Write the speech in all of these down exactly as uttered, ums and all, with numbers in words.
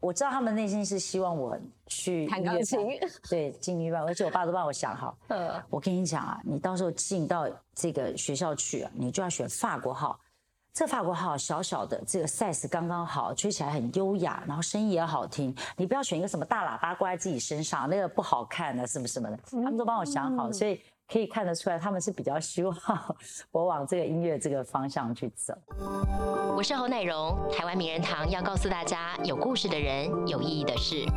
我知道他们内心是希望我去弹钢琴， 对，进音乐班，而且我爸都帮我想好。 嗯， 我跟你讲啊，你到时候进到这个学校去啊，你就要选法国号。这法国号小小的，这个 size 刚刚好，吹起来很优雅，然后声音也好听。你不要选一个什么大喇叭挂在自己身上，那个不好看的，什么什么的，他们都帮我想好，所以可以看得出来，他们是比较希望我往这个音乐这个方向去走。 我是侯乃荣，台湾名人堂要告诉大家，有故事的人，有意义的事。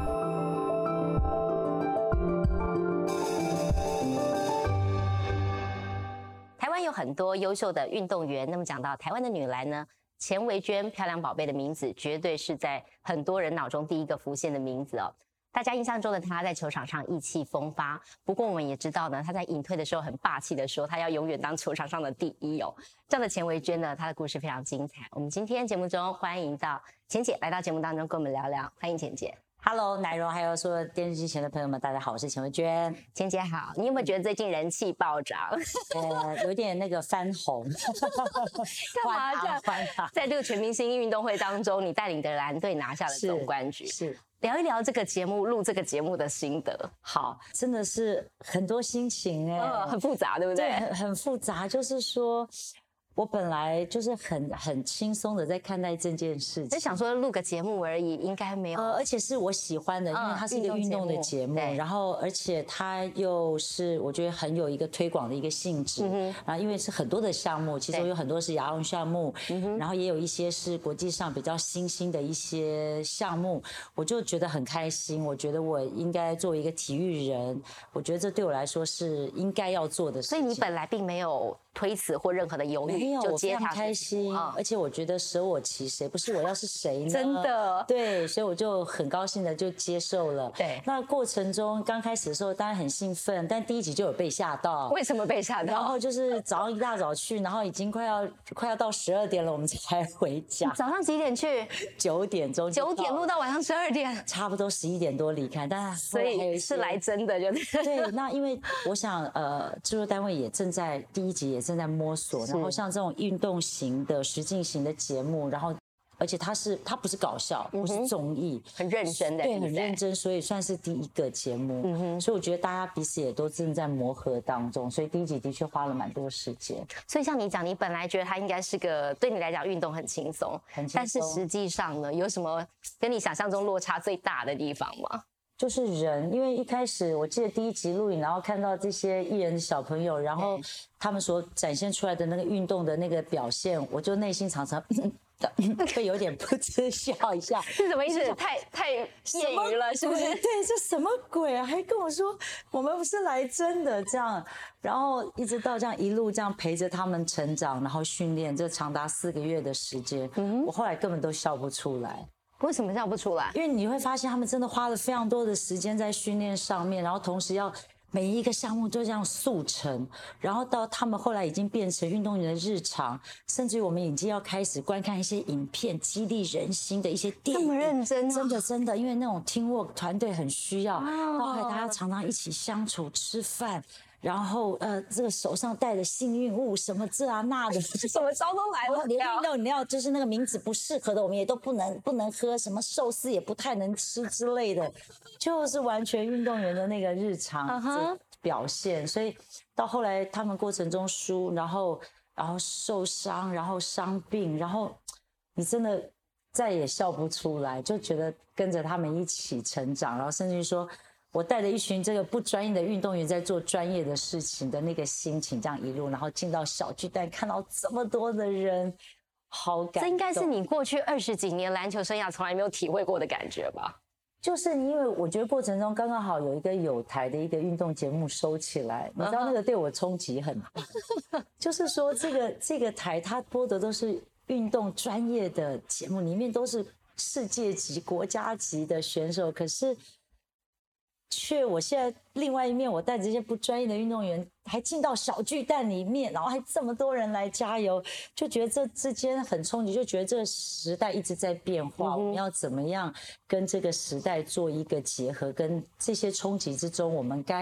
台湾有很多优秀的运动员，那么讲到台湾的女篮呢，钱维娟漂亮宝贝的名字绝对是在很多人脑中第一个浮现的名字哦。大家印象中的她在球场上意气风发，不过我们也知道呢，她在隐退的时候很霸气的说，她要永远当球场上的第一哦。这样的钱维娟呢，她的故事非常精彩。我们今天节目中欢迎到钱姐来到节目当中跟我们聊聊，欢迎钱姐。 Hello， 乃荣，还有所有电视机前的朋友们，大家好，我是钱维娟。 钱姐好，你有没有觉得最近人气暴涨？ 呃，有点那个翻红， 干嘛这样？ 欢啊！ 在这个全明星运动会当中，你带领的蓝队拿下了总冠军。 是， 聊一聊这个节目录这个节目的心得。 好，真的是很多心情哎、 呃，很复杂，对不对？ 对，很很复杂，就是说。我本来就是很很轻松的在看待这件事情， 就想说录个节目而已，应该没有。 呃，而且是我喜欢的，因为它是一个运动的节目，嗯、然后而且它又是我觉得很有一个推广的一个性质。嗯、然后因为是很多的项目，其中有很多是亚运项目，然后也有一些是国际上比较新兴的一些项目，我就觉得很开心。我觉得我应该作为一个体育人，我觉得这对我来说是应该要做的事情。 所以你本来并没有推辞或任何的犹豫。 没有，我非常开心，嗯、而且我觉得舍我其谁，不是我要是谁呢？ 真的， 对，所以我就很高兴的就接受了。 对， 那过程中刚开始的时候当然很兴奋，但第一集就有被吓到。 为什么被吓到？ 然后就是早上一大早去，然后已经快要快要到十二点了，我们才回家。 早上几点去？ 九点钟。 九点录到晚上十二点， 差不多十一点多离开，但所以是来真的，就对。那因为我想，呃，制作单位也正在第一集也正在摸索，然后像这种运动型的实境型的节目，然后而且它是它不是搞笑，不是综艺， 很认真的， 对，很认真，所以算是第一个节目。嗯哼，所以我觉得大家彼此也都正在磨合当中，所以第一集的确花了蛮多时间。 所以像你讲，你本来觉得它应该是个对你来讲运动很轻松， 很轻松， 但是实际上呢，有什么跟你想象中落差最大的地方吗？ 就是人，因为一开始我记得第一集录影，然后看到这些艺人的小朋友，然后他们所展现出来的那个运动的那个表现，我就内心常常会有点不知笑一下。 是什么意思？太太业余了，是不是？ 对，这什么鬼啊？还跟我说我们不是来真的这样，然后一直到这样一路这样陪着他们成长，然后训练，这长达四个月的时间，嗯、我后来根本都笑不出来。 为什么笑不出来？ 因为你会发现他们真的花了非常多的时间在训练上面，然后同时要每一个项目都这样速成，然后到他们后来已经变成运动员的日常，甚至于我们已经要开始观看一些影片，激励人心的一些电影。 这么认真、啊？ 真的真的，因为那种 teamwork 团队很需要，到后来大家常常一起相处吃饭。然后呃，这个手上戴的幸运物什么这啊那的， 什么招都来了。 连运动饮料就是那个名字不适合的，我们也都不能不能喝，什么寿司也不太能吃之类的，就是完全运动员的那个日常表现。Uh-huh. 所以到后来他们过程中输，然后然后受伤，然后伤病，然后你真的再也笑不出来，就觉得跟着他们一起成长，然后甚至于说。我带着一群这个不专业的运动员在做专业的事情的那个心情，这样一路，然后进到小巨蛋，看到这么多的人，好感动。 这应该是你过去二十几年篮球生涯从来没有体会过的感觉吧？ 就是因为我觉得过程中刚刚好有一个有台的一个运动节目收起来，你知道那个对我冲击很大。就是说这个这个台它播的都是运动专业的节目，里面都是世界级、国家级的选手，可是。却我现在另外一面，我带着这些不专业的运动员，还进到小巨蛋里面，然后还这么多人来加油，就觉得这之间很冲击，就觉得这个时代一直在变化，嗯、我们要怎么样跟这个时代做一个结合，跟这些冲击之中，我们该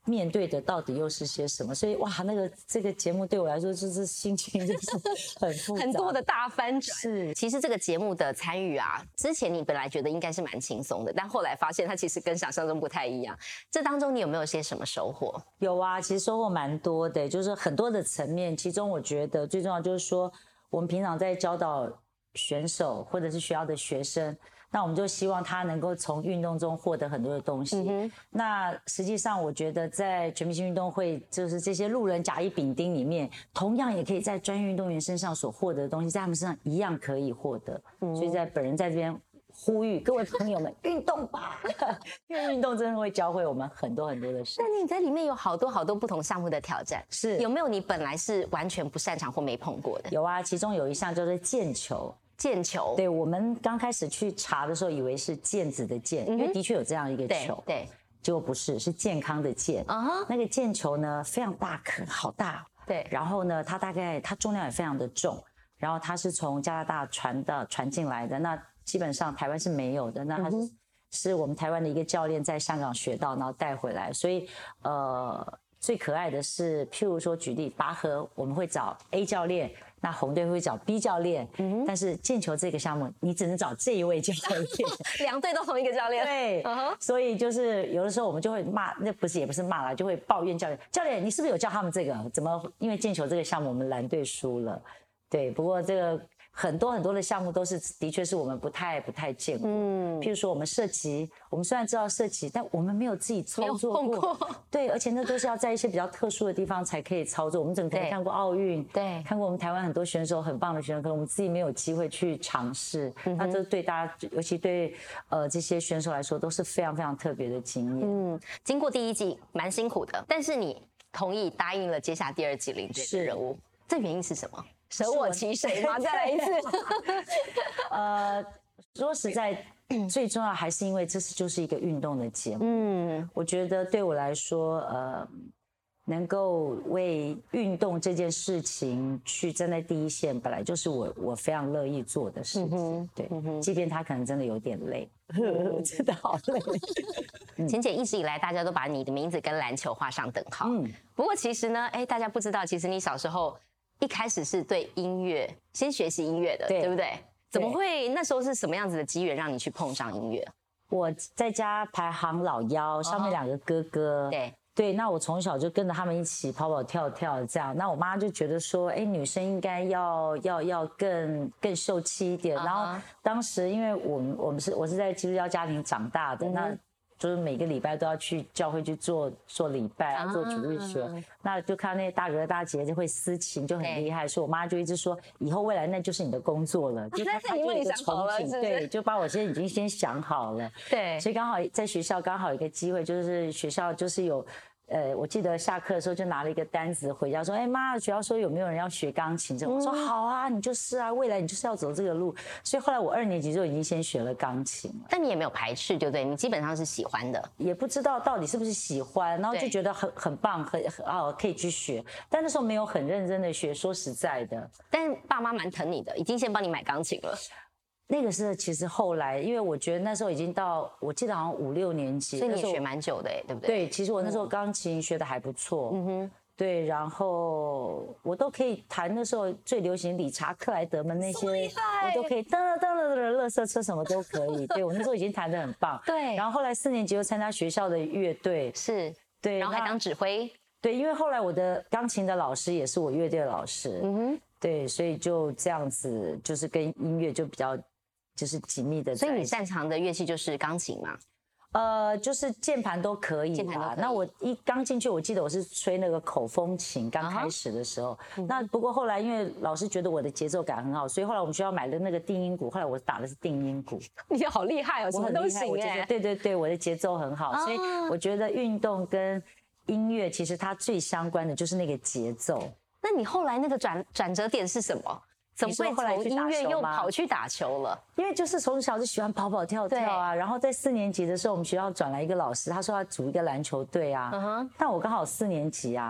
面对的到底又是些什么？所以哇，那个这个节目对我来说就是心情就是很复杂， 很多的大翻转。 是， 其实这个节目的参与啊，之前你本来觉得应该是蛮轻松的，但后来发现它其实跟想象中不太一样。这当中你有没有些什么收获？ 有啊，其实收获蛮多的，就是很多的层面。其中我觉得最重要就是说，我们平常在教导选手或者是学校的学生。那我们就希望他能够从运动中获得很多的东西。嗯、那实际上，我觉得在全明星运动会，就是这些路人甲乙丙丁里面，同样也可以在专业运动员身上所获得的东西，在他们身上一样可以获得。嗯、所以在本人在这边呼吁各位朋友们，运动吧，因为运动真的会教会我们很多很多的事。 但你在里面有好多好多不同项目的挑战， 是有没有你本来是完全不擅长或没碰过的？ 有啊，其中有一项叫做毽球。 毽球， 对，我们刚开始去查的时候，以为是毽子的毽，嗯、因为的确有这样一个球， 对，对结果不是，是健康的健。Uh-huh. 那个毽球呢，非常大颗，好大。 对， 然后呢，它大概它重量也非常的重，然后它是从加拿大传的传进来的，那基本上台湾是没有的，那它是、嗯、是我们台湾的一个教练在香港学到，然后带回来，所以呃，最可爱的是，譬如说举例拔河，我们会找 A 教练。那红队会找 B 教练，嗯、但是毽球这个项目，你只能找这一位教练， 两队都同一个教练。 对， uh-huh. 所以就是有的时候我们就会骂，那不是也不是骂啦，就会抱怨教练，教练你是不是有教他们这个？怎么因为毽球这个项目我们蓝队输了？对，不过这个。很多很多的项目都是，的确是我们不太不太见过。嗯，譬如说我们射击，我们虽然知道射击，但我们没有自己操作过。过对，而且那都是要在一些比较特殊的地方才可以操作。我们整个看过奥运， 对， 看过我们台湾很多选手很棒的选手，可能我们自己没有机会去尝试。嗯、那这对大家，尤其对呃这些选手来说，都是非常非常特别的经验。 嗯，经过第一季蛮辛苦的，但是你同意答应了接下第二季领队的任务，这原因是什么？舍我其谁吗？再来一次。 呃，说实在，最重要还是因为这是就是一个运动的节目。嗯，我觉得对我来说，呃，能够为运动这件事情去站在第一线，本来就是我我非常乐意做的事情。嗯、对、嗯，即便他可能真的有点累，嗯、真的好累。 浅浅一直以来，大家都把你的名字跟篮球画上等号。嗯，不过其实呢，哎，大家不知道，其实你小时候。一开始是对音乐先学习音乐的， 对, 对不对？怎么会那时候是什么样子的机缘让你去碰上音乐？ 我在家排行老幺，上面两个哥哥， oh, 对对，那我从小就跟着他们一起跑跑跳跳这样。那我妈就觉得说，哎，女生应该要要要更更秀气一点。Uh-huh. 然后当时因为我们我们是我是在基督教家庭长大的，嗯、那。就是每个礼拜都要去教会去做做礼拜啊，做主日学，啊、那就看那些大哥大姐就会私情，就很厉害。所以我妈就一直说，以后未来那就是你的工作了。就她她就有一个憧憬， 对，就把我现在已经先想好了。 对， 所以刚好在学校刚好有一个机会，就是学校就是有。呃，我记得下课的时候就拿了一个单子回家说，哎妈，学校说有没有人要学钢琴？这、嗯、我说好啊，你就是啊，未来你就是要走这个路。所以后来我二年级就已经先学了钢琴了。 但你也没有排斥，对不对？你基本上是喜欢的， 也不知道到底是不是喜欢，然后就觉得很很棒，很哦可以去学。但那时候没有很认真的学，说实在的。 但爸妈蛮疼你的，已经先帮你买钢琴了。 那个是其实后来，因为我觉得那时候已经到，我记得好像五六年级， 所以你也学蛮久的，对不对？ 对，其实我那时候钢琴学的还不错，嗯哼，对，然后我都可以弹那时候最流行理查克莱德们那些，我都可以噔噔噔噔噔，垃圾车什么都可以。对，我那时候已经弹得很棒， 对。 然后后来四年级又参加学校的乐队， 是， 对， 然后还当指挥， 对，因为后来我的钢琴的老师也是我乐队的老师，嗯哼，对，所以就这样子，就是跟音乐就比较。就是紧密的， 所以你擅长的乐器就是钢琴嘛？ 呃，就是键盘都可以啦。那我一刚进去，我记得我是吹那个口风琴，刚开始的时候。Uh-huh. 那不过后来因为老师觉得我的节奏感很好，所以后来我们学校买了那个定音鼓，后来我打的是定音鼓。 你好厉害哦，什么都行哎、欸！对对对，我的节奏很好， uh-huh. 所以我觉得运动跟音乐其实它最相关的就是那个节奏。 那你后来那个转转折点是什么？怎么会从音乐又跑去打球了？ 因为就是从小就喜欢跑跑跳跳啊，然后在四年级的时候，我们学校转来一个老师，他说要组一个篮球队啊。Uh-huh. 但我刚好四年级啊，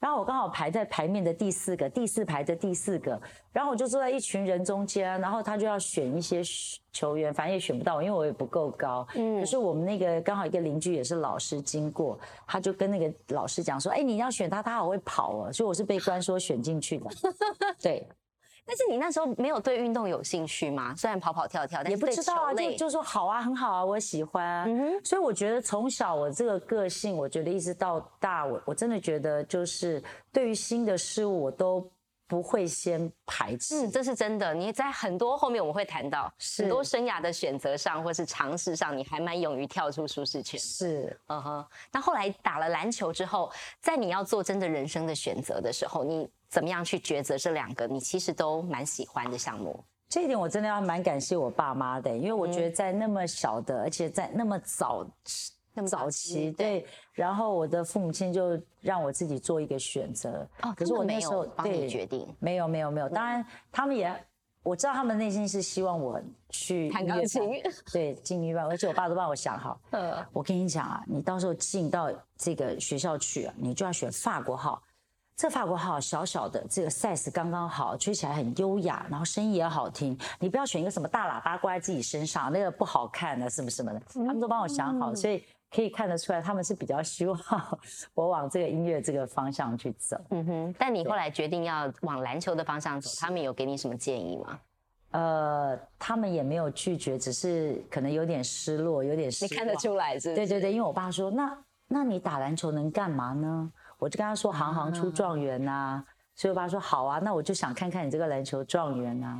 然后我刚好排在排面的第四个，第四排的第四个，然后我就坐在一群人中间，然后他就要选一些球员，反正也选不到我，因为我也不够高。嗯，可是我们那个刚好一个邻居也是老师经过，他就跟那个老师讲说：“哎，你要选他，他好会跑哦。”所以我是被关说选进去的。对。 但是你那时候没有对运动有兴趣吗？虽然跑跑跳跳，但是也不知道啊，就就说好啊，很好啊，我喜欢。嗯哼，所以我觉得从小我这个个性，我觉得一直到大，我我真的觉得就是对于新的事物，我都不会先排斥。 嗯，这是真的。你在很多后面我们会谈到很多生涯的选择上，或是尝试上，你还蛮勇于跳出舒适圈。 是， 嗯哼。那后来打了篮球之后，在你要做真的人生的选择的时候，你怎么样去抉择这两个你其实都蛮喜欢的项目？ 这一点我真的要蛮感谢我爸妈的，因为我觉得在那么小的，而且在那么早。那么早期对，然后我的父母亲就让我自己做一个选择。 哦，可是我那时候帮你决定， 没有没有没有，当然他们也，我知道他们内心是希望我去弹钢琴， 对，进音乐班，而且我爸都帮我想好。呃，我跟你讲啊，你到时候进到这个学校去啊，你就要选法国号。这法国号小小的，这个 size 刚刚好，吹起来很优雅，然后声音也好听。你不要选一个什么大喇叭挂在自己身上，那个不好看的，什么什么的，他们都帮我想好，所以可以看得出来，他们是比较希望我往这个音乐这个方向去走。 嗯哼，但你后来决定要往篮球的方向走，他们有给你什么建议吗？ 呃，他们也没有拒绝，只是可能有点失落，有点失望。 你看得出来是不是？ 对对对，因为我爸说，那那你打篮球能干嘛呢？我就跟他说，行行出状元呐、啊。所以我爸说好啊，那我就想看看你这个篮球状元啊。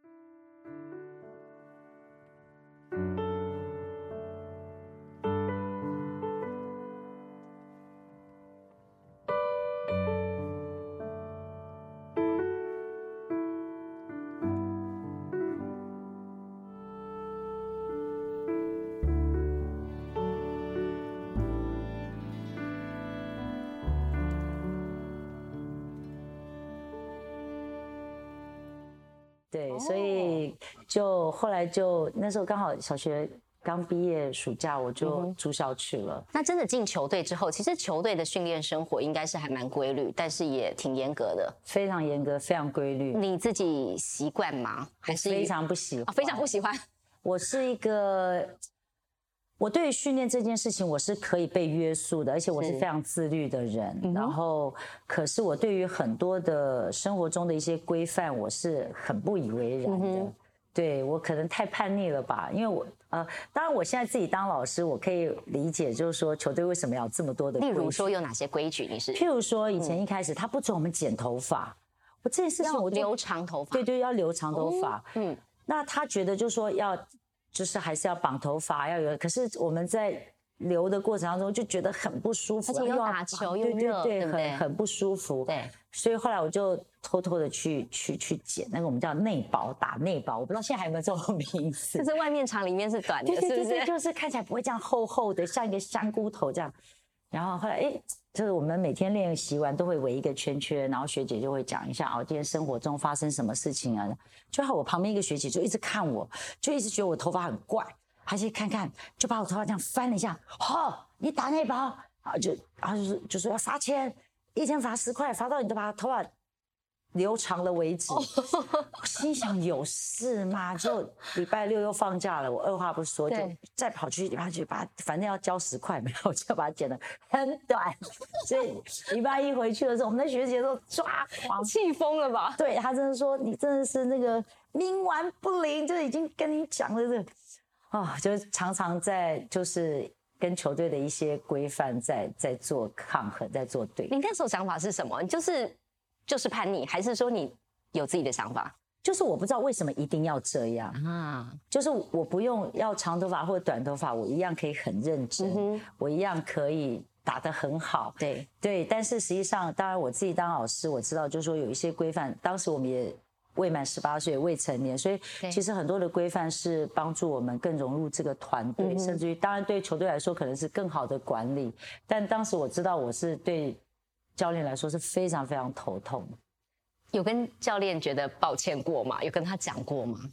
对，所以就后来就那时候刚好小学刚毕业，暑假我就住校去了。 嗯、那真的进球队之后，其实球队的训练生活应该是还蛮规律，但是也挺严格的， 非常严格，非常规律。 你自己习惯吗？还是非常不喜欢、 哦？非常不喜欢。 我是一个。我对于训练这件事情，我是可以被约束的，而且我是非常自律的人。嗯、然后，可是我对于很多的生活中的一些规范，我是很不以为然的。嗯、对我可能太叛逆了吧？因为我呃，当然我现在自己当老师，我可以理解，就是说球队为什么要这么多的规矩。 例如说有哪些规矩？你是？ 譬如说，以前一开始他不准我们剪头发，我这件事情我就留长头发。 对对，要留长头发。哦、嗯，那他觉得就是说要。就是还是要绑头发，要有。可是我们在留的过程当中就觉得很不舒服， 而且又打球又热， 对对对， 对很很不舒服。 对， 所以后来我就偷偷的去去去剪那个我们叫内薄，打内薄，我不知道现在还有没有这种名字。 就是外面长，里面是短的， 对对对对， 是不是？ 就是看起来不会这样厚厚的，像一个香菇头这样。然后后来，哎，就是我们每天练习完都会围一个圈圈，然后学姐就会讲一下哦，今天生活中发生什么事情啊。就好，我旁边一个学姐就一直看我，就一直觉得我头发很怪，还是看看，就把我头发这样翻了一下，哦，你打内薄，啊就然后就是就说要罚钱，一天罚十块，罚到你都把头发留长了为止。我心想有事吗？就礼拜六又放假了，我二话不说就再跑去礼拜去把，反正要交十块，没有就把它剪得很短。所以礼拜一回去的时候，我们的学姐都抓狂， 气疯了吧？ 对，她真的说你真的是那个冥顽不灵，就已经跟你讲了这个，哦，就是常常在就是跟球队的一些规范在在做抗衡，在做对。 你那时候想法是什么？你就是。就是叛逆，还是说你有自己的想法？ 就是我不知道为什么一定要这样啊！就是我不用要长头发或者短头发，我一样可以很认真，嗯、我一样可以打得很好。 对对，但是实际上，当然我自己当老师，我知道就是说有一些规范，当时我们也未满十八岁，未成年，所以其实很多的规范是帮助我们更融入这个团队，嗯、甚至于当然对球队来说可能是更好的管理。但当时我知道我是对。教练来说是非常非常头痛。 有跟教练觉得抱歉过吗？有跟他讲过吗？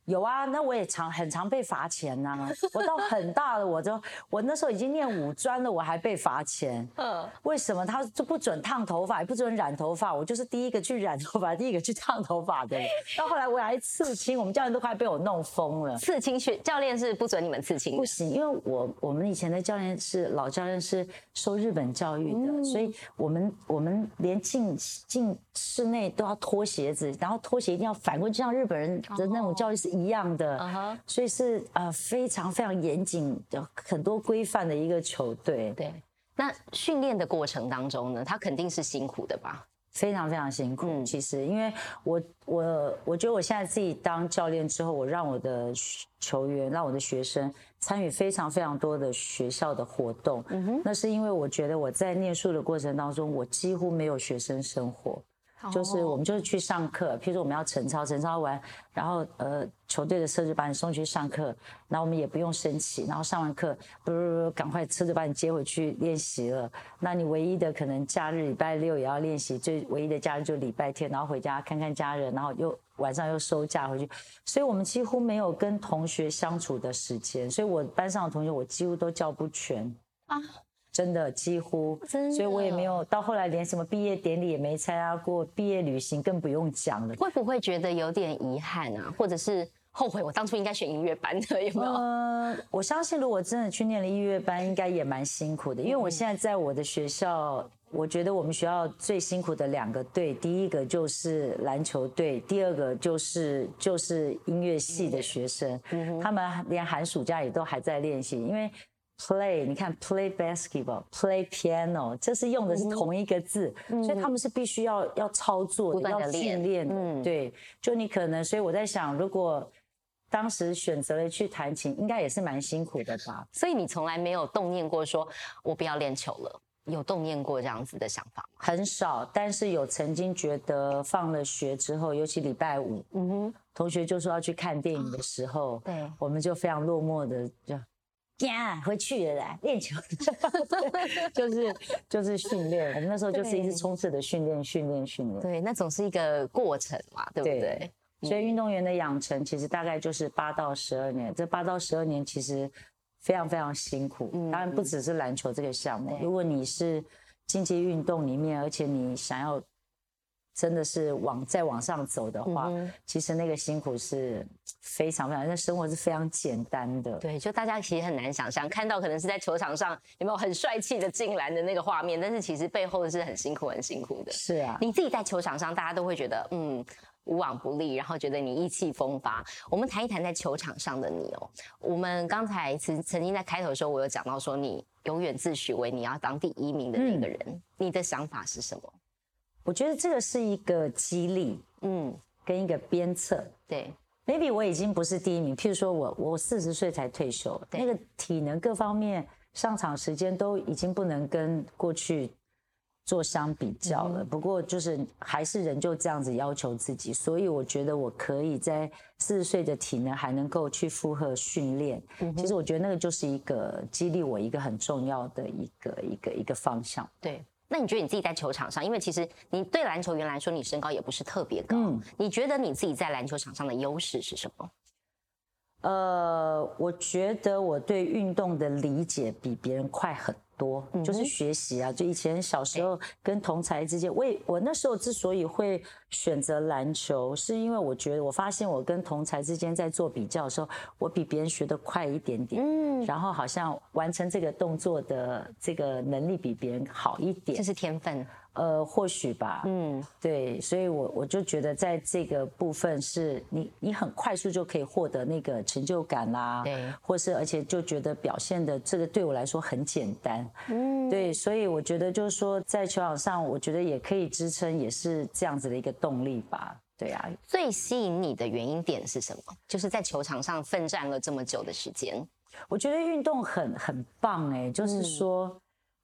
有啊，那我也常很常被罚钱呐、啊。我到很大了，我就我那时候已经念五专了，我还被罚钱。嗯，为什么他就不准烫头发，也不准染头发？我就是第一个去染头发，第一个去烫头发的。到后来我还刺青，我们教练都快被我弄疯了。 刺青学教练是不准你们刺青的， 不行，因为我我们以前的教练是老教练，是受日本教育的，嗯、所以我们我们连进进室内都要脱鞋子，然后脱鞋一定要反过去，像日本人的那种教育是一样的，哦、所以是呃非常非常严谨，有很多规范的一个球队。 对，那训练的过程当中呢，他肯定是辛苦的吧？ 非常非常辛苦，嗯、其实因为我我我觉得我现在自己当教练之后，我让我的球员，让我的学生参与非常非常多的学校的活动。嗯哼，那是因为我觉得我在念书的过程当中，我几乎没有学生生活。就是我们就是去上课，譬如说我们要晨操，晨操完，然后呃球队的车就把你送去上课，然后我们也不用升旗，然后上完课不不不赶快车就把你接回去练习了。那你唯一的可能假日礼拜六也要练习，最唯一的假日就礼拜天，然后回家看看家人，然后又晚上又收假回去，所以我们几乎没有跟同学相处的时间，所以我班上的同学我几乎都叫不全啊。真的几乎，真的，所以我也没有到后来连什么毕业典礼也没参加过，毕业旅行更不用讲了。 会不会觉得有点遗憾啊，或者是后悔我当初应该选音乐班的？有没有？ 呃，我相信如果真的去念了音乐班，应该也蛮辛苦的。因为我现在在我的学校，我觉得我们学校最辛苦的两个队，第一个就是篮球队，第二个就是就是音乐系的学生，嗯、他们连寒暑假也都还在练习，因为。play， 你看 play basketball，play piano， 这是用的是同一个字，嗯、所以他们是必须要要操作的，要训练的。嗯、对，就你可能，所以我在想，如果当时选择了去弹琴，应该也是蛮辛苦的吧。 所以你从来没有动念过说我不要练球了，有动念过这样子的想法吗？ 很少，但是有曾经觉得放了学之后，尤其礼拜五，嗯哼，同学就说要去看电影的时候，对，我们就非常落寞的就。呀，回去了啦，练球，就是就是训练。我们那时候就是一直冲刺的训练，训练，训练。 对，那总是一个过程嘛，对不对？ 对嗯、所以运动员的养成其实大概就是八到十二年。这八到十二年其实非常非常辛苦。嗯、当然不只是篮球这个项目，如果你是竞技运动里面，而且你想要真的是往再往上走的话，嗯、其实那个辛苦是非常非常，那生活是非常简单的。 对，就大家其实很难想象，看到可能是在球场上有没有很帅气的进篮的那个画面，但是其实背后是很辛苦、很辛苦的。 是啊， 你自己在球场上，大家都会觉得嗯无往不利，然后觉得你意气风发。我们谈一谈在球场上的你哦。我们刚才曾曾经在开头的时候，我有讲到说你永远自诩为你要当第一名的那个人，嗯、你的想法是什么？ 我觉得这个是一个激励，嗯，跟一个鞭策。 对 ，maybe 我已经不是第一名，譬如说我我四十岁才退休，那个体能各方面、上场时间都已经不能跟过去做相比较了。嗯、不过就是还是人就这样子要求自己，所以我觉得我可以在四十岁的体能还能够去负荷训练。嗯、其实我觉得那个就是一个激励我一个很重要的一个一个一个方向。 对。那你觉得你自己在球场上，因为其实你对篮球员来说，你身高也不是特别高，嗯、你觉得你自己在篮球场上的优势是什么？ 呃，我觉得我对运动的理解比别人快很多，嗯、就是学习啊。就以前小时候跟同才之间，我也我那时候之所以会选择篮球，是因为我觉得我发现我跟同才之间在做比较的时候，我比别人学得快一点点，嗯，然后好像完成这个动作的这个能力比别人好一点， 这是天分。 呃，或许吧，嗯，对，所以我我就觉得在这个部分是你你很快速就可以获得那个成就感啦，对，或是而且就觉得表现的这个对我来说很简单，嗯，对，所以我觉得就是说在球场上，我觉得也可以支撑，也是这样子的一个动力吧，对啊。 最吸引你的原因点是什么？就是在球场上奋战了这么久的时间， 我觉得运动很很棒哎、欸，就是说。嗯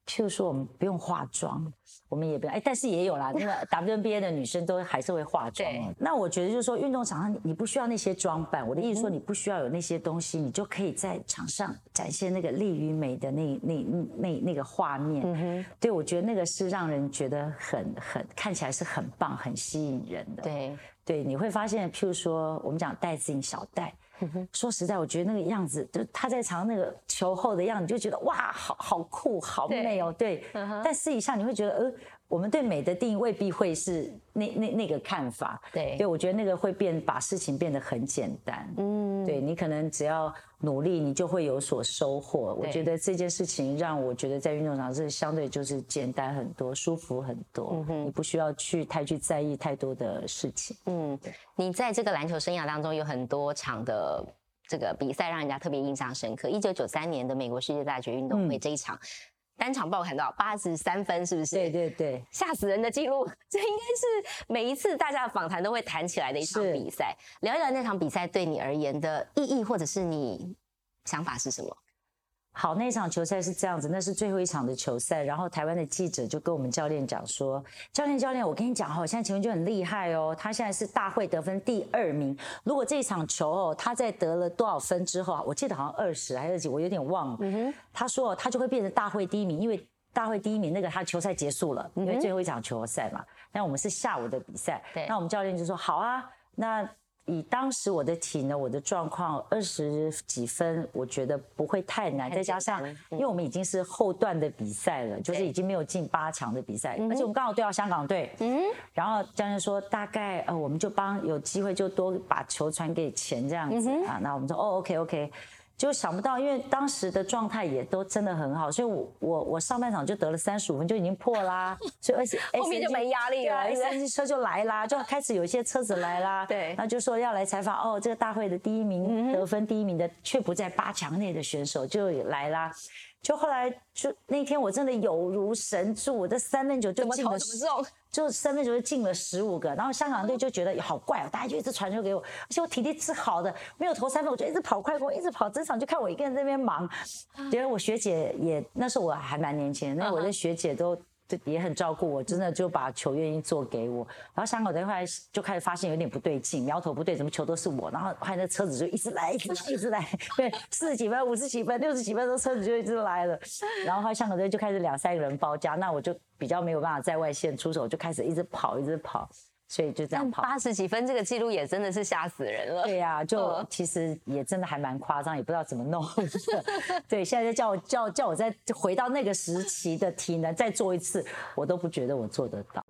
譬如说我们不用化妆，我们也不用哎，但是也有啦，那个 W N B A 的女生都还是会化妆。那我觉得就是说，运动场上你不需要那些装扮，我的意思说你不需要有那些东西，你就可以在场上展现那个力与美的那那那那个画面。嗯哼，对，我觉得那个是让人觉得很很看起来是很棒、很吸引人的。 对对，你会发现，譬如说我们讲戴资颖小戴。说实在，我觉得那个样子，就他在场那个球后的样子，你就觉得哇，好好酷，好美哦。对，对 uh-huh. 但私底下你会觉得，呃，我们对美的定义未必会是那那那个看法。 对， 对我觉得那个会变，把事情变得很简单。嗯，对你可能只要努力，你就会有所收获。我觉得这件事情让我觉得在运动场是相对就是简单很多，舒服很多。嗯、你不需要去太去在意太多的事情。 嗯，你在这个篮球生涯当中有很多场的这个比赛让人家特别印象深刻。一九九三年的美国世界大学运动会这一场，嗯、单场爆砍到八十三分，是不是？ 对对对， 吓死人的记录！这应该是每一次大家的访谈都会谈起来的一场比赛。聊一聊那场比赛对你而言的意义，或者是你想法是什么？ 好，那场球赛是这样子，那是最后一场的球赛，然后台湾的记者就跟我们教练讲说，教练教练，我跟你讲哦，现在陈文就很厉害哦，他现在是大会得分第二名，如果这一场球哦，他在得了多少分之后啊，我记得好像二十还是几，我有点忘了，嗯哼，他说他就会变成大会第一名，因为大会第一名那个他球赛结束了，因为最后一场球赛嘛，那我们是下午的比赛，对，那我们教练就说好啊，那以当时我的体能、我的状况，二十几分，我觉得不会太难。再加上，因为我们已经是后段的比赛了，就是已经没有进八强的比赛，而且我们刚好对到香港队。嗯，然后教练说，大概呃，我们就帮有机会就多把球传给钱这样子啊。那我们说，哦 ，OK OK。就想不到，因为当时的状态也都真的很好，所以我我我上半场就得了三十五分，就已经破啦，所以而且后面就没压力了， 对 ，S N G 车就来啦，就开始有一些车子来啦， 对， 那就说要来采访，哦，这个大会的第一名、嗯、得分第一名的却不在八强内的选手就来啦。就后来就那天我真的有如神助，我的三分球就进了，就三分球就进了十五个，然后香港队就觉得好怪哦，大家就一直传球给我，而且我体力是好的，没有投三分我就一直跑快攻，一直跑，整场就看我一个人在那边忙。觉得我学姐也那时候我还蛮年轻的，那我的学姐都。也很照顾我，真的就把球愿意做给我。然后香港队后来就开始发现有点不对劲，苗头不对，怎么球都是我。然后后来那车子就一直来，一直来，一直来。对，四十几分、五十几分、六十几分的车子就一直来了。然后后来香港队就开始两三个人包夹，那我就比较没有办法在外线出手，就开始一直跑，一直跑。所以就这样跑， 八十几分这个记录也真的是吓死人了。 对呀、啊，就其实也真的还蛮夸张，也不知道怎么弄。对，现在叫我叫叫我再回到那个时期的体能再做一次，我都不觉得我做得到。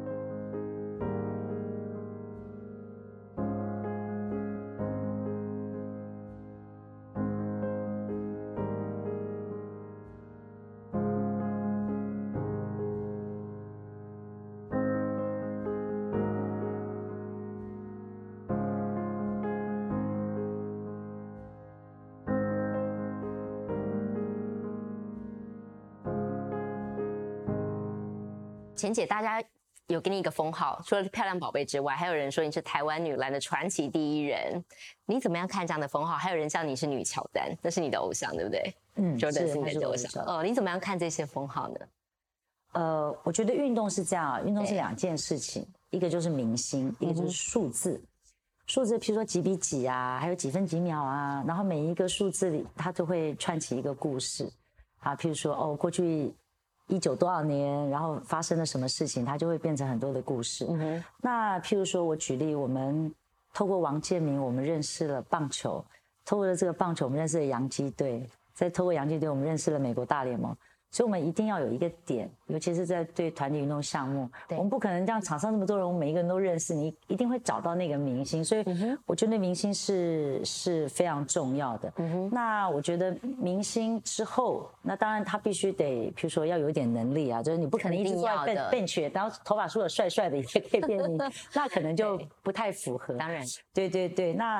钱姐，大家有给你一个封号，除了漂亮宝贝之外，还有人说你是台湾女篮的传奇第一人。你怎么样看这样的封号？还有人叫你是女乔丹，那是你的偶像，对不对？嗯， Jordan 是你的偶像。哦，你怎么样看这些封号呢？ 呃，我觉得运动是这样啊，运动是两件事情，一个就是明星，一个就是数字。嗯、数字，譬如说几比几啊，还有几分几秒啊，然后每一个数字里，它都会串起一个故事啊。譬如说，哦，过去一九多少年，然后发生了什么事情，它就会变成很多的故事。嗯哼。那譬如说，我举例，我们透过王建民，我们认识了棒球；透过了这个棒球，我们认识了洋基队；再透过洋基队，我们认识了美国大联盟。所以我们一定要有一个点，尤其是在对团体运动项目，我们不可能让场上那么多人，我们每一个人都认识，你一定会找到那个明星。所以我觉得明星是是非常重要的。嗯、那我觉得明星之后，那当然他必须得，譬如说要有一点能力啊，就是你不可能一直坐在 bench， 然后头发梳得帅帅的也可以变明星，那可能就不太符合。 当然， 对对对，那。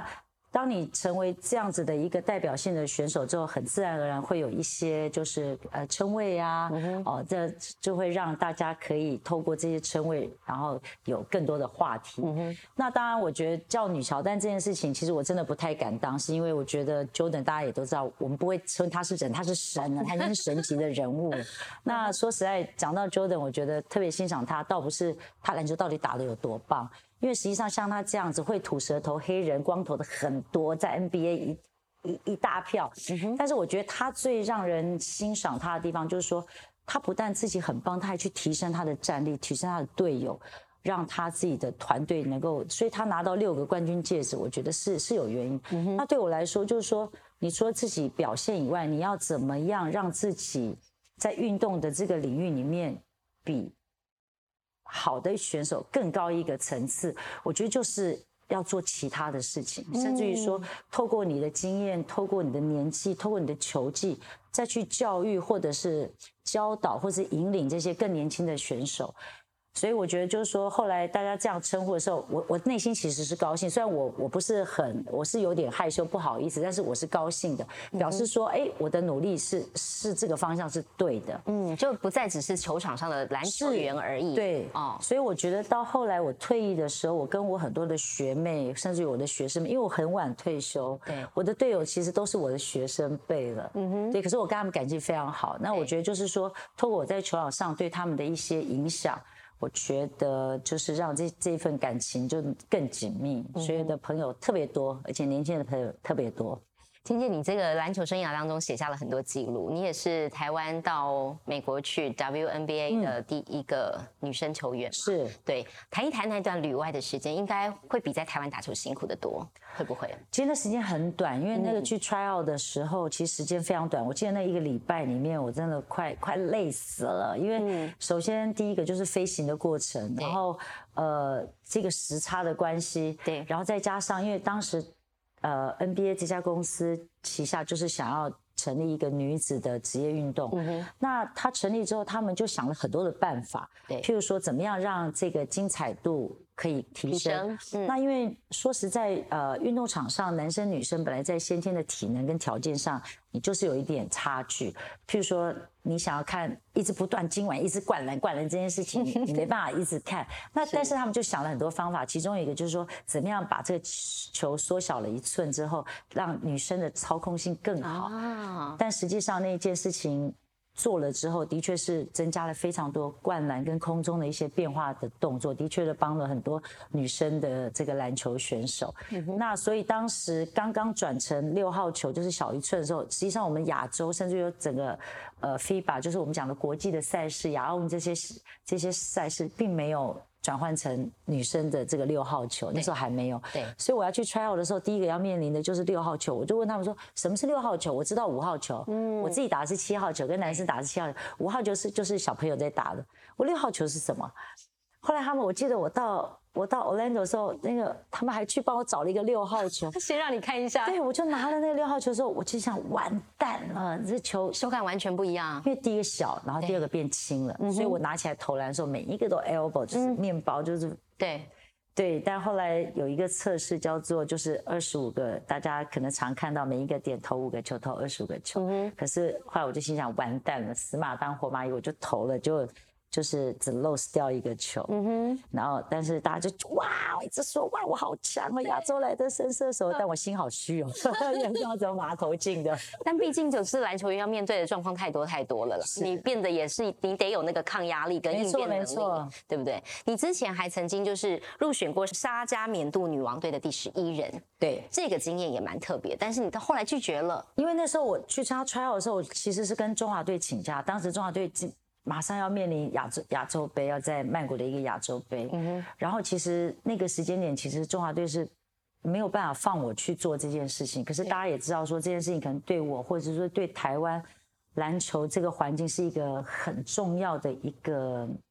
当你成为这样子的一个代表性的选手之后，很自然而然会有一些就是呃称谓啊，嗯、哦，这就会让大家可以透过这些称谓，然后有更多的话题。嗯、那当然，我觉得叫女乔丹这件事情，其实我真的不太敢当，是因为我觉得 Jordan 大家也都知道，我们不会称他是人，他是神了，他已经是神级的人物了。那说实在，讲到 Jordan， 我觉得特别欣赏他，倒不是他篮球到底打得有多棒。因为实际上像他这样子会吐舌头、黑人、光头的很多，在 N B A 一一一大票。嗯、但是我觉得他最让人欣赏他的地方，就是说他不但自己很棒，他还去提升他的战力，提升他的队友，让他自己的团队能够，所以他拿到六个冠军戒指，我觉得是是有原因。嗯、那对我来说，就是说，你除了自己表现以外，你要怎么样让自己在运动的这个领域里面比好的选手更高一个层次，我觉得就是要做其他的事情，甚至于说透过你的经验，透过你的年纪，透过你的球技，再去教育或者是教导或是引领这些更年轻的选手。所以我觉得就是说，后来大家这样称呼的时候，我我内心其实是高兴。虽然我我不是很，我是有点害羞，不好意思，但是我是高兴的，表示说，哎，我的努力是是这个方向是对的。 嗯，就不再只是球场上的篮球员而已。 对，哦，所以我觉得到后来我退役的时候，我跟我很多的学妹，甚至于我的学生们，因为我很晚退休，对，我的队友其实都是我的学生辈了。嗯哼，对，可是我跟他们感情非常好。那我觉得就是说，透过我在球场上对他们的一些影响。我觉得就是让这这份感情就更紧密，所以的朋友特别多，而且年轻的朋友特别多。 听见你这个篮球生涯当中写下了很多记录，你也是台湾到美国去 W N B A 的第一个女生球员。 是， 对，谈一谈那段旅外的时间，应该会比在台湾打球辛苦得多，会不会？ 其实那时间很短，因为那个去 try out 的时候，嗯、其实时间非常短。我记得那一个礼拜里面，我真的快快累死了，因为首先第一个就是飞行的过程，然后呃这个时差的关系，对，然后再加上因为当时。呃 ，N B A 这家公司旗下就是想要成立一个女子的职业运动。嗯、那它成立之后，他们就想了很多的办法，对，譬如说怎么样让这个精彩度可以提升。提升嗯、那因为说实在，呃，运动场上男生女生本来在先天的体能跟条件上，你就是有一点差距。譬如说，你想要看一直不断今晚一直灌篮灌篮这件事情，你没办法一直看。那但是他们就想了很多方法，其中一个就是说，怎么样把这个球缩小了一寸之后，让女生的操控性更好。啊、但实际上那件事情做了之后，的确是增加了非常多灌篮跟空中的一些变化的动作，的确的帮了很多女生的这个篮球选手。嗯、那所以当时刚刚转成六号球，就是小一寸的时候，实际上我们亚洲甚至有整个呃 F I B A， 就是我们讲的国际的赛事，亚奥运这些这些赛事并没有转换成女生的这个六号球，那时候还没有。对，所以我要去 try out 的时候，第一个要面临的就是六号球。我就问他们说，什么是六号球？我知道五号球，嗯，我自己打的是七号球，跟男生打的是七号球，五号球是就是小朋友在打的。我六号球是什么？后来他们，我记得我到我到 Orlando 的时候，那个他们还去帮我找了一个六号球， 先让你看一下。 对，我就拿了那个六号球的时候，我就想完蛋了，这球手感完全不一样。 因为第一个小，然后第二个变轻了，所以我拿起来投篮的时候，每一个都 elbow， 就是面包，就是、嗯、 对。 对，但后来有一个测试叫做就是二十五个，大家可能常看到每一个点投五个球，投二十五个球。嗯、可是后来我就心想完蛋了，死马当活马医，我就投了，就就是只 lose 掉一个球。嗯哼，然后但是大家就哇，我一直说哇我好强哦，亚洲来的神射手，但我心好虚哦，也不知道怎么把它投进的。 但毕竟就是篮球员要面对的状况太多太多了啦，你变得也是你得有那个抗压力跟应变能力，对不对？你之前还曾经就是入选过沙加缅度女王队的第十一人， 对， 这个经验也蛮特别。但是你到后来拒绝了， 因为那时候我去参加 trial 的时候，我其实是跟中华队请假，当时中华队马上要面临亚洲亚洲杯，要在曼谷的一个亚洲杯，嗯、然后其实那个时间点，其实中华队是没有办法放我去做这件事情。可是大家也知道说这件事情可能对我，或者是说对台湾篮球这个环境是一个很重要的一个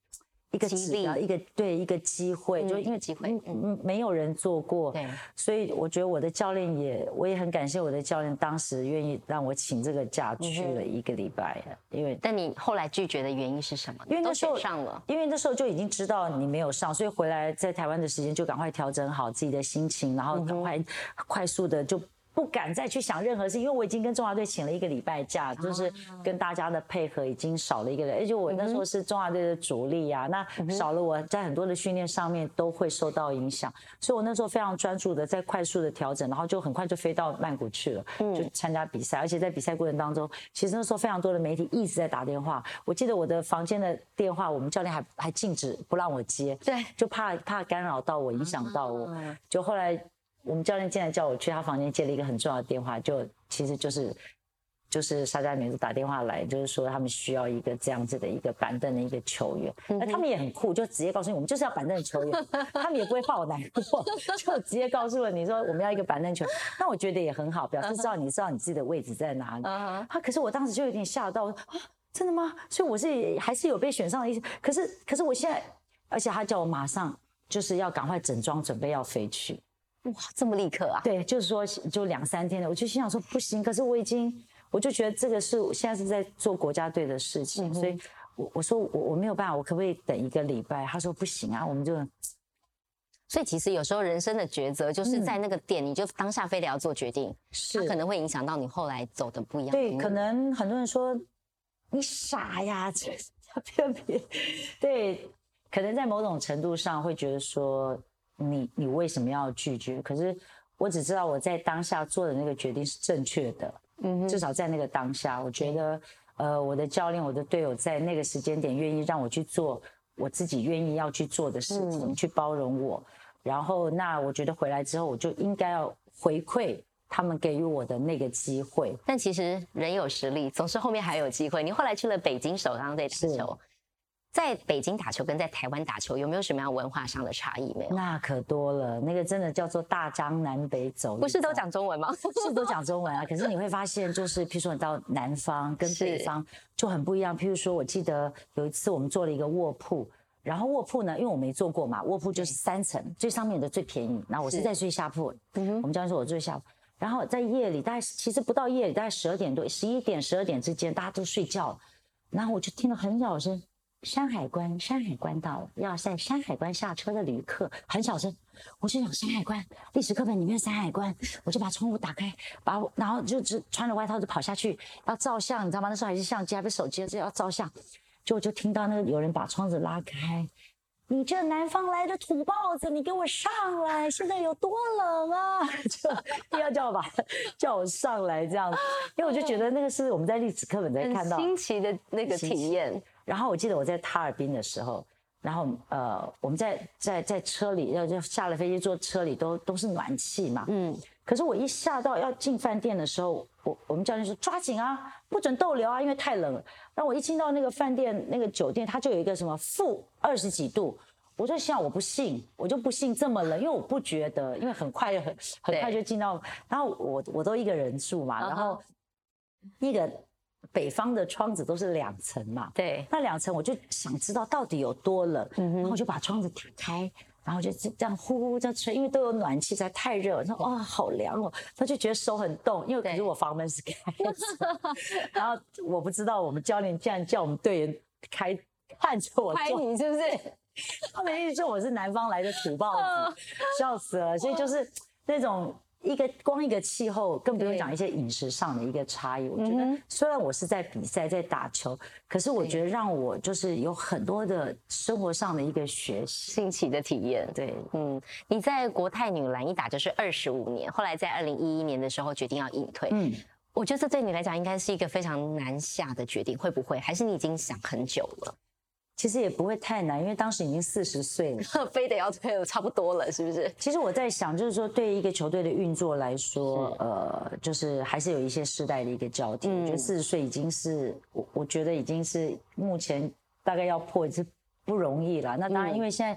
一个指标，一个对一个机会，嗯、就因为机会， 嗯，没有人做过， 对， 所以我觉得我的教练也，我也很感谢我的教练，当时愿意让我请这个假去了一个礼拜，因为但你后来拒绝的原因是什么？ 因为那时候上了， 因为那时候就已经知道你没有上，所以回来在台湾的时间就赶快调整好自己的心情，然后赶快快速的就。不敢再去想任何事，因为我已经跟中华队请了一个礼拜假，就是跟大家的配合已经少了一个人，而且我那时候是中华队的主力啊，那少了我在很多的训练上面都会受到影响，所以我那时候非常专注的在快速的调整，然后就很快就飞到曼谷去了，就参加比赛，而且在比赛过程当中，其实那时候非常多的媒体一直在打电话，我记得我的房间的电话，我们教练还还禁止不让我接， 对， 就怕怕干扰到我，影响到我，就后来。我们教练进来叫我去他房间接了一个很重要的电话，就其实就是就是沙加女子打电话来，就是说他们需要一个这样子的一个板凳的一个球员，那、嗯、他们也很酷，就直接告诉你我们就是要板凳的球员，他们也不会怕我难过，就直接告诉了你说我们要一个板凳球员，那我觉得也很好，表示知道你知道你自己的位置在哪里。啊，可是我当时就有点吓到，啊，真的吗？所以我是还是有被选上的意思，可是可是我现在，而且他叫我马上就是要赶快整装准备要飞去。 哇，这么立刻啊？ 对，就是说就两三天的，我就心想说不行，可是我已经，我就觉得这个是现在是在做国家队的事情，嗯、所以我我说我我没有办法，我可不可以等一个礼拜？他说不行啊，我们就。 所以其实有时候人生的抉择就是在那个点，你就当下非得要做决定， 是、 它可能会影响到你后来走的不一样的。 对，可能很多人说你傻呀，这别别，对，可能在某种程度上会觉得说。你你为什么要拒绝？可是我只知道我在当下做的那个决定是正确的，嗯，至少在那个当下，我觉得，呃，我的教练、我的队友在那个时间点愿意让我去做我自己愿意要去做的事情，嗯、去包容我。然后，那我觉得回来之后，我就应该要回馈他们给予我的那个机会。 但其实人有实力，总是后面还有机会。你后来去了北京首钢队打球。在北京打球跟在台湾打球有没有什么样文化上的差异？没有， 那可多了。那个真的叫做大江南北走， 不是都讲中文吗？ 是都讲中文啊。可是你会发现，就是譬如说你到南方跟北方就很不一样。譬如说，我记得有一次我们做了一个卧铺，然后卧铺呢，因为我没做过嘛，卧铺就是三层，最上面的最便宜。然后我是在睡下铺，嗯、我们教练说我睡下铺。然后在夜里，大概其实不到夜里，大概十二点多、十一点、十二点之间，大家都睡觉了。然后我就听到很小声。山海关，山海关到了，要在山海关下车的旅客，很小声。我就想山海关，历史课本里面山海关，我就把窗户打开，把我然后就只穿着外套就跑下去，要照相，你知道吗？那时候还是相机，还不是手机，就要照相。就我就听到那个有人把窗子拉开，你这南方来的土包子，你给我上来！现在有多冷啊？就要叫我把叫我上来这样，因为我就觉得那个是我们在历史课本在看到很新奇的那个体验。 然后我记得我在哈尔滨的时候，然后呃我们在在在车里，要就下了飞机坐车里都都是暖气嘛，嗯。可是我一下到要进饭店的时候，我我们教练说抓紧啊，不准逗留啊，因为太冷了。然后我一进到那个饭店那个酒店，它就有一个什么负二十几度，我就想我不信，我就不信这么冷，因为我不觉得，因为很快就很很快就进到，然后我我都一个人住嘛，然后那个。北方的窗子都是两层嘛， 对， 那两层我就想知道到底有多冷，嗯、然后我就把窗子打开，然后就这样呼呼这样吹，因为都有暖气，实在太热，我说哇好凉哦，他就觉得手很冻，因为可是我房门是开的，然后我不知道我们教练竟然叫我们队员开看着我， 拍你是不是？ 他们一直说我是南方来的土包子，笑死了，所以就是那种。一个光一个气候，更不用讲一些饮食上的一个差异。我觉得虽然我是在比赛在打球，可是我觉得让我就是有很多的生活上的一个学习、 新奇的体验。 对， 嗯，你在国泰女篮一打就是二十五年，后来在二零一一年的时候决定要隐退。嗯，我觉得这对你来讲应该是一个非常难下的决定，会不会？还是你已经想很久了？ 其实也不会太难，因为当时已经四十岁了， 非得要退了，差不多了，是不是？ 其实我在想，就是说，对于一个球队的运作来说，呃，就是还是有一些世代的一个交替。嗯、我觉得四十岁已经是，我我觉得已经是目前大概要破，是不容易了。那当然，因为现在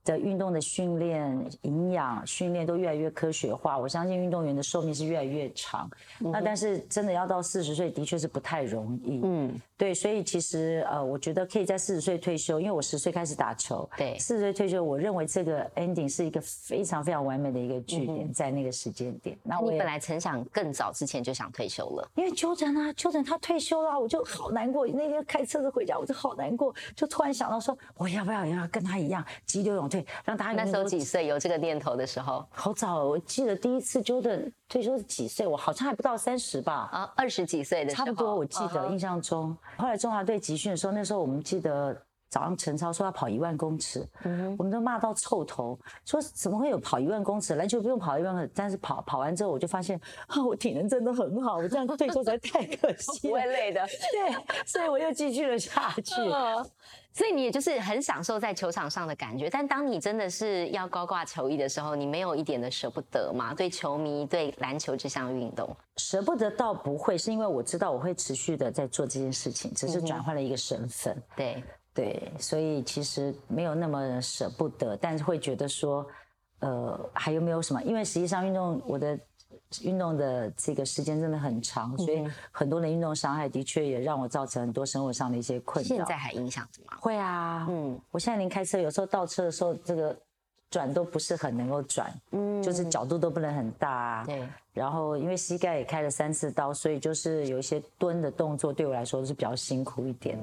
的运动的训练、营养训练都越来越科学化，我相信运动员的寿命是越来越长。嗯、那但是真的要到四十岁，的确是不太容易。嗯，对，所以其实呃，我觉得可以在四十岁退休，因为我十岁开始打球， 对， 四十岁退休，我认为这个 ending 是一个非常非常完美的一个句点，嗯、在那个时间点。 那我你本来曾想更早之前就想退休了， 因为Jordan啊，Jordan他退休了，我就好难过。那天开车子回家，我就好难过，就突然想到说，我要不要也要跟他一样急流勇退？让大家那时候几岁有这个念头的时候？ 好早，我记得第一次 Jordan 退休是几岁？我好像还不到三十吧。 啊，二十几岁的时候， 差不多，我记得、uh huh. 印象中。后来中华队集训的时候，那时候我们记得早上晨操说要跑一万公尺，嗯、我们都骂到臭头，说怎么会有跑一万公尺？篮球不用跑一万公尺，但是跑跑完之后，我就发现啊，我体能真的很好，我这样退休实在太可惜了， 不会累的。 对，所以我又继续了下去。 Uh. 所以你也就是很享受在球场上的感觉，但当你真的是要高挂球衣的时候，你没有一点的舍不得吗？对球迷，对篮球这项运动， 舍不得倒不会，是因为我知道我会持续的在做这件事情，只是转换了一个身份。嗯、 对对，所以其实没有那么舍不得，但是会觉得说，呃，还有没有什么？因为实际上运动我的。运动的这个时间真的很长，所以很多的运动伤害的确也让我造成很多生活上的一些困扰。 现在还影响着吗？ 会啊，嗯，我现在连开车有时候倒车的时候，这个转都不是很能够转，嗯，就是角度都不能很大啊。 对， 然后因为膝盖也开了三次刀，所以就是有一些蹲的动作对我来说是比较辛苦一点。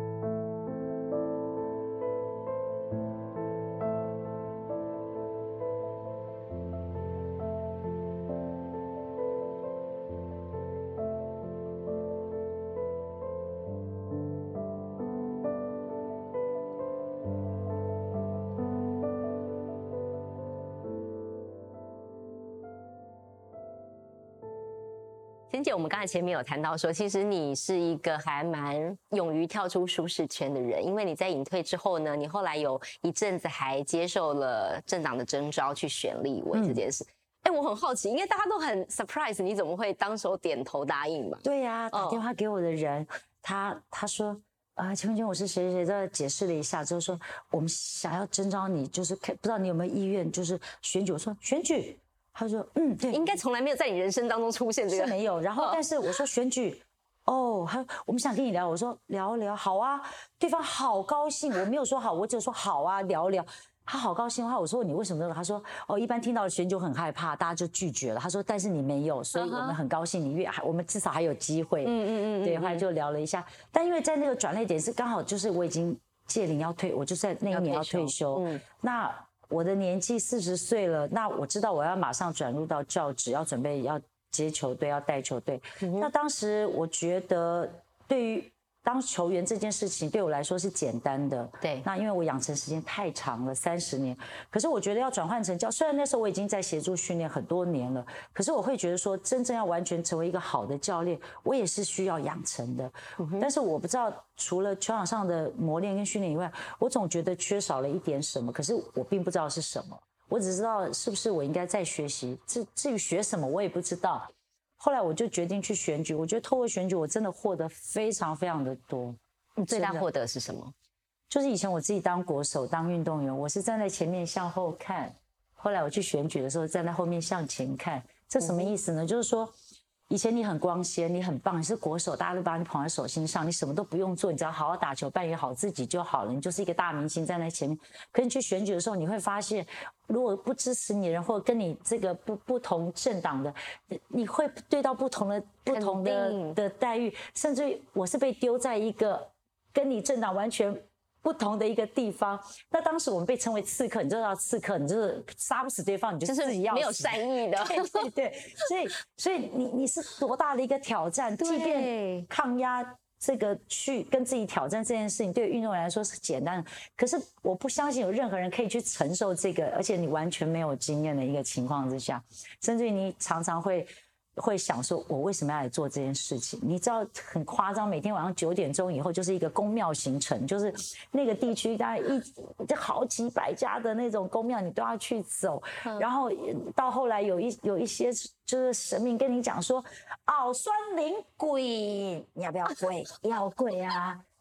贤姐，我们刚才前面有谈到说，其实你是一个还蛮勇于跳出舒适圈的人，因为你在隐退之后呢，你后来有一阵子还接受了政党的征召去选立委这件事。哎、嗯，我很好奇，因为大家都很 surprise， 你怎么会当时点头答应嘛？ 对呀、啊，打电话给我的人，嗯、他他说啊，陈文娟，我是谁谁谁，解释了一下之后说，我们想要征召你，就是不知道你有没有意愿，就是选举。我说选举。他说：“嗯，对， 应该从来没有在你人生当中出现这个， 是没有。然后，但是我说选举，哦，还我们想跟你聊。我说聊聊，好啊。对方好高兴，我没有说好，我只有说好啊，聊聊。他好高兴的话，我说你为什么没有？他说哦，一般听到选举很害怕，大家就拒绝了。他说，但是你没有，所以我们很高兴，你越我们至少还有机会。嗯嗯嗯，对，后来就聊了一下。但因为在那个转捩点是刚好就是我已经届龄要退，我就在那一年要退休。嗯，那。”我的年纪四十岁了，那我知道我要马上转入到教职，要准备要接球队，要带球队。嗯、那当时我觉得，对于当球员这件事情，对我来说是简单的。 对。 那因为我养成时间太长了，三十年。可是我觉得要转换成教，虽然那时候我已经在协助训练很多年了，可是我会觉得说，真正要完全成为一个好的教练，我也是需要养成的。嗯、但是我不知道。除了球场上的磨练跟训练以外，我总觉得缺少了一点什么，可是我并不知道是什么，我只知道是不是我应该再学习，至至于学什么我也不知道。后来我就决定去选举，我觉得透过选举我真的获得非常非常的多。 你最大获得是什么？ 就是以前我自己当国手当运动员，我是站在前面向后看，后来我去选举的时候站在后面向前看，这什么意思呢？嗯、就是说以前你很光鲜，你很棒，你是国手，大家都把你捧在手心上，你什么都不用做，你只要好好打球，扮演好自己就好了，你就是一个大明星站在前面。可是你去选举的时候，你会发现，如果不支持你的人，或者跟你这个不不同政党的，你会对到不同的不同的的待遇，甚至我是被丢在一个跟你政党完全不同的一个地方。那当时我们被称为刺客，你知道刺客，你就是杀不死对方，你就自己要死， 没有善意的。 对对对，所以所以你你是多大的一个挑战？即便抗压这个去跟自己挑战这件事情，对于运动员来说是简单的，可是我不相信有任何人可以去承受这个，而且你完全没有经验的一个情况之下，甚至于你常常会。会想说，我为什么要来做这件事情？你知道很夸张，每天晚上九点钟以后就是一个宫庙行程，就是那个地区大概一就好几百家的那种宫庙，你都要去走。嗯、然后到后来有一有一些就是神明跟你讲说，奥酸灵鬼，你要不要跪？要跪啊！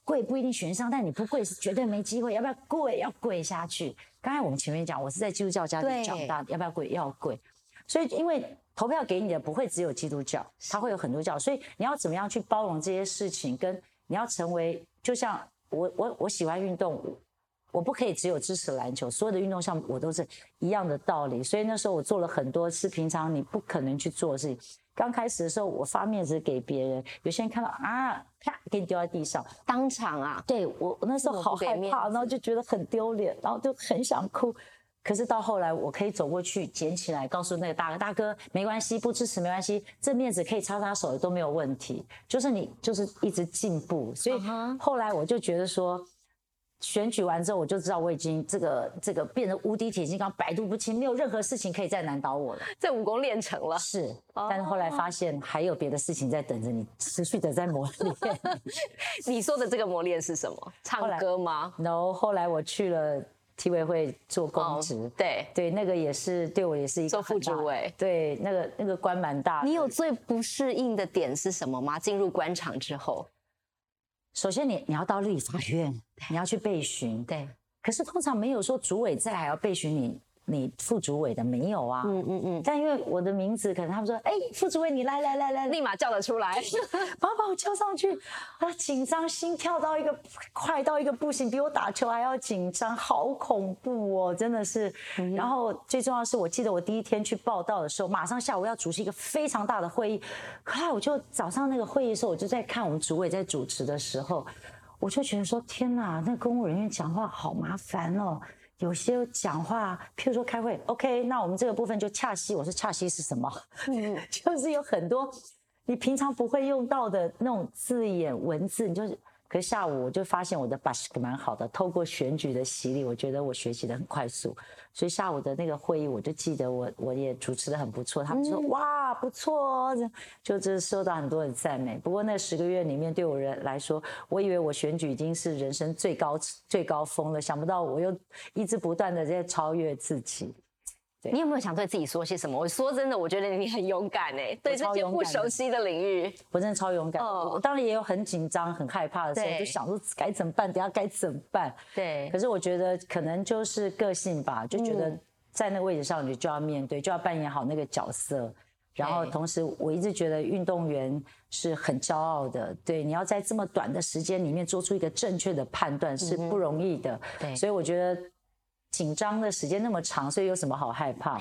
跪不一定选上，但你不跪是绝对没机会，要不要跪？要跪下去。刚才我们前面讲，我是在基督教家庭长大，要不要跪？要跪。所以因为投票给你的不会只有基督教，它会有很多教，所以你要怎么样去包容这些事情，跟你要成为，就像我我我喜欢运动。我不可以只有支持篮球，所有的运动项目我都是一样的道理。所以那时候我做了很多是平常你不可能去做的事情。刚开始的时候，我发面子给别人，有些人看到啊，啪，给你丢在地上， 当场啊。 对我，我那时候好害怕，然后就觉得很丢脸，然后就很想哭。可是到后来，我可以走过去捡起来，告诉那个大哥，大哥没关系，不支持没关系，这面子可以擦擦手都没有问题。就是你就是一直进步，所以后来我就觉得说。选举完之后，我就知道我已经这个这个变成无敌铁金刚，百毒不侵，没有任何事情可以再难倒我了。 这武功练成了， 是。但是后来发现还有别的事情在等着你，持续的在磨练。 你说的这个磨练是什么？唱歌吗 ？No， 后来我去了体委会做公职， 哦、对对，那个也是对我也是一个做副主委， 对，那个那个官蛮大的。 你有最不适应的点是什么吗？进入官场之后？ 首先你，你要到立法院，你要去备询， 对。 可是通常没有说主委在还要备询你，你副主委的没有啊。嗯嗯嗯。但因为我的名字，可能他们说，哎、欸，副主委你来来来来， 立马叫得出来， 然后把我叫上去，啊，紧张，心跳到一个快到一个不行，比我打球还要紧张，好恐怖哦，真的是。嗯、然后最重要的是，我记得我第一天去报道的时候，马上下午要主持一个非常大的会议，后来我就早上那个会议的时候，我就在看我们主委在主持的时候。我就觉得说，天哪，那公务人员讲话好麻烦哦。有些讲话，譬如说开会 ，OK， 那我们这个部分就洽息。我说洽息是什么？嗯，就是有很多你平常不会用到的那种字眼文字，你就是。可是下午我就发现我的 basic 蛮好的，透过选举的洗礼，我觉得我学习的很快速，所以下午的那个会议我就记得我我也主持的很不错，他们说、嗯、哇不错哦，就是受到很多的赞美。不过那十个月里面对我人来说，我以为我选举已经是人生最高最高峰了，想不到我又一直不断的在超越自己。 你有没有想对自己说些什么？我说真的，我觉得你很勇敢哎、欸，对这些不熟悉的领域， 我真的超勇敢。哦、我当然也有很紧张、很害怕的时候，就想说该怎么办，等一下该怎么办。 对。 可是我觉得可能就是个性吧，就觉得在那个位置上，你就要面对，就要扮演好那个角色。然后同时，我一直觉得运动员是很骄傲的，对，你要在这么短的时间里面做出一个正确的判断是不容易的。 对、嗯， 所以我觉得。紧张的时间那么长，所以有什么好害怕的？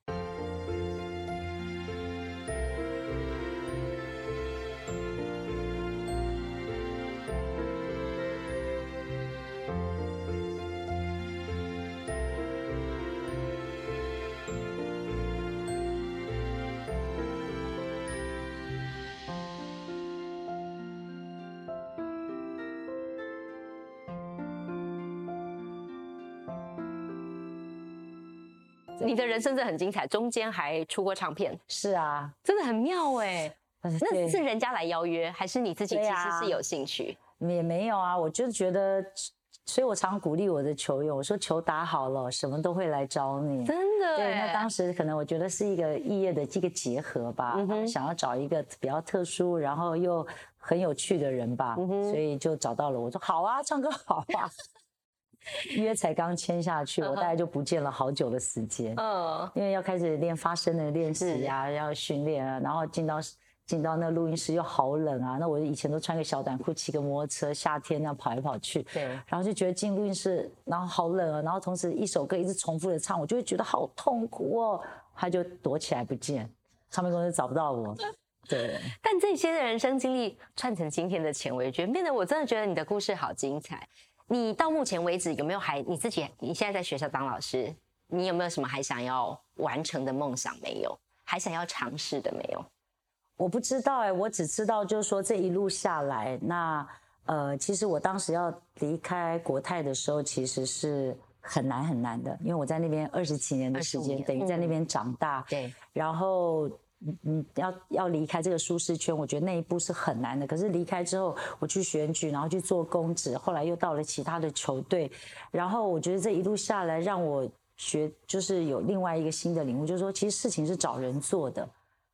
你的人生真的很精彩，中间还出过唱片。 是啊， 真的很妙哎。那是人家来邀约，还是你自己其实是有兴趣？ 啊、也没有啊，我就觉得，所以我常鼓励我的球员，我说球打好了，什么都会来找你。 真的。 对，那当时可能我觉得是一个异业的一个结合吧，嗯、他们想要找一个比较特殊，然后又很有趣的人吧，嗯、所以就找到了我。说好啊，唱歌好啊。约才刚签下去，我大概就不见了好久的时间。嗯，因为要开始练发声的练习啊，要训练啊，然后进到进到那个录音室又好冷啊。那我以前都穿个小短裤，骑个摩托车，夏天那样跑来跑去。 对。 然后就觉得进录音室，然后好冷啊，然后同时一首歌一直重复的唱，我就会觉得好痛苦哦。他就躲起来不见，唱片公司找不到我。对。 但这些的人生经历串成今天的钱维娟，变得我真的觉得你的故事好精彩。你到目前为止有没有还你自己？你现在在学校当老师，你有没有什么还想要完成的梦想没有？还想要尝试的没有？ 我不知道哎、欸，我只知道就是说这一路下来，那呃，其实我当时要离开国泰的时候，其实是很难很难的，因为我在那边二十几年的时间，等于在那边长大， 嗯、对， 然后。嗯，要要离开这个舒适圈，我觉得那一步是很难的。可是离开之后，我去选举，然后去做公职，后来又到了其他的球队，然后我觉得这一路下来，让我学就是有另外一个新的领悟，就是说，其实事情是找人做的。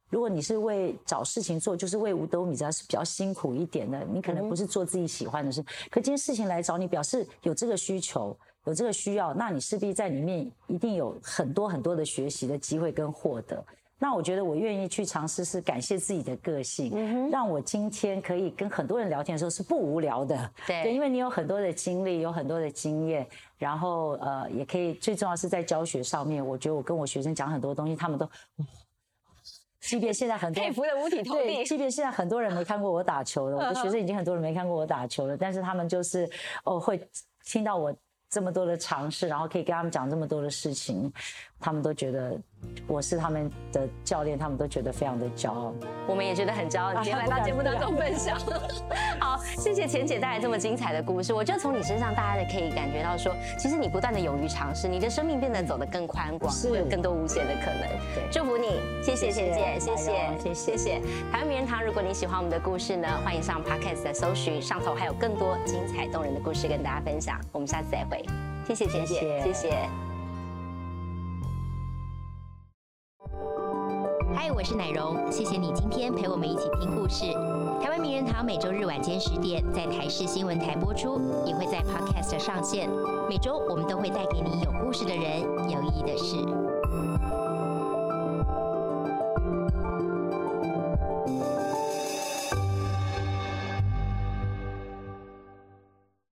如果你是为找事情做，就是为五斗米折是比较辛苦一点的，你可能不是做自己喜欢的事。可今天事情来找你，表示有这个需求，有这个需要，那你势必在里面一定有很多很多的学习的机会跟获得。那我觉得我愿意去尝试，是感谢自己的个性，嗯、让我今天可以跟很多人聊天的时候是不无聊的。 对， 对，因为你有很多的经历，有很多的经验，然后呃，也可以最重要是在教学上面，我觉得我跟我学生讲很多东西，他们都。即便现在很多佩服的五体投地， 对，即便现在很多人没看过我打球了，我的学生已经很多人没看过我打球了，但是他们就是哦会听到我这么多的尝试，然后可以跟他们讲这么多的事情，他们都觉得我是他们的教练，他们都觉得非常的骄傲。 我们也觉得很骄傲，你今天来到节目当中分享。好，谢谢钱姐带来这么精彩的故事。我觉得从你身上，大家可以感觉到说，其实你不断的勇于尝试，你的生命变得走得更宽广，会有更多无限的可能。祝福你，谢谢钱姐，谢谢，谢谢，谢谢。台湾名人堂，如果你喜欢我们的故事呢，欢迎上 Podcast 的搜寻，上头还有更多精彩动人的故事跟大家分享。我们下次再会，谢谢钱姐，谢谢。嗨，我是乃荣，谢谢你今天陪我们一起听故事。台湾名人堂每周日晚间十点在台视新闻台播出，也会在 Podcast 上线。每周我们都会带给你有故事的人，有意义的事。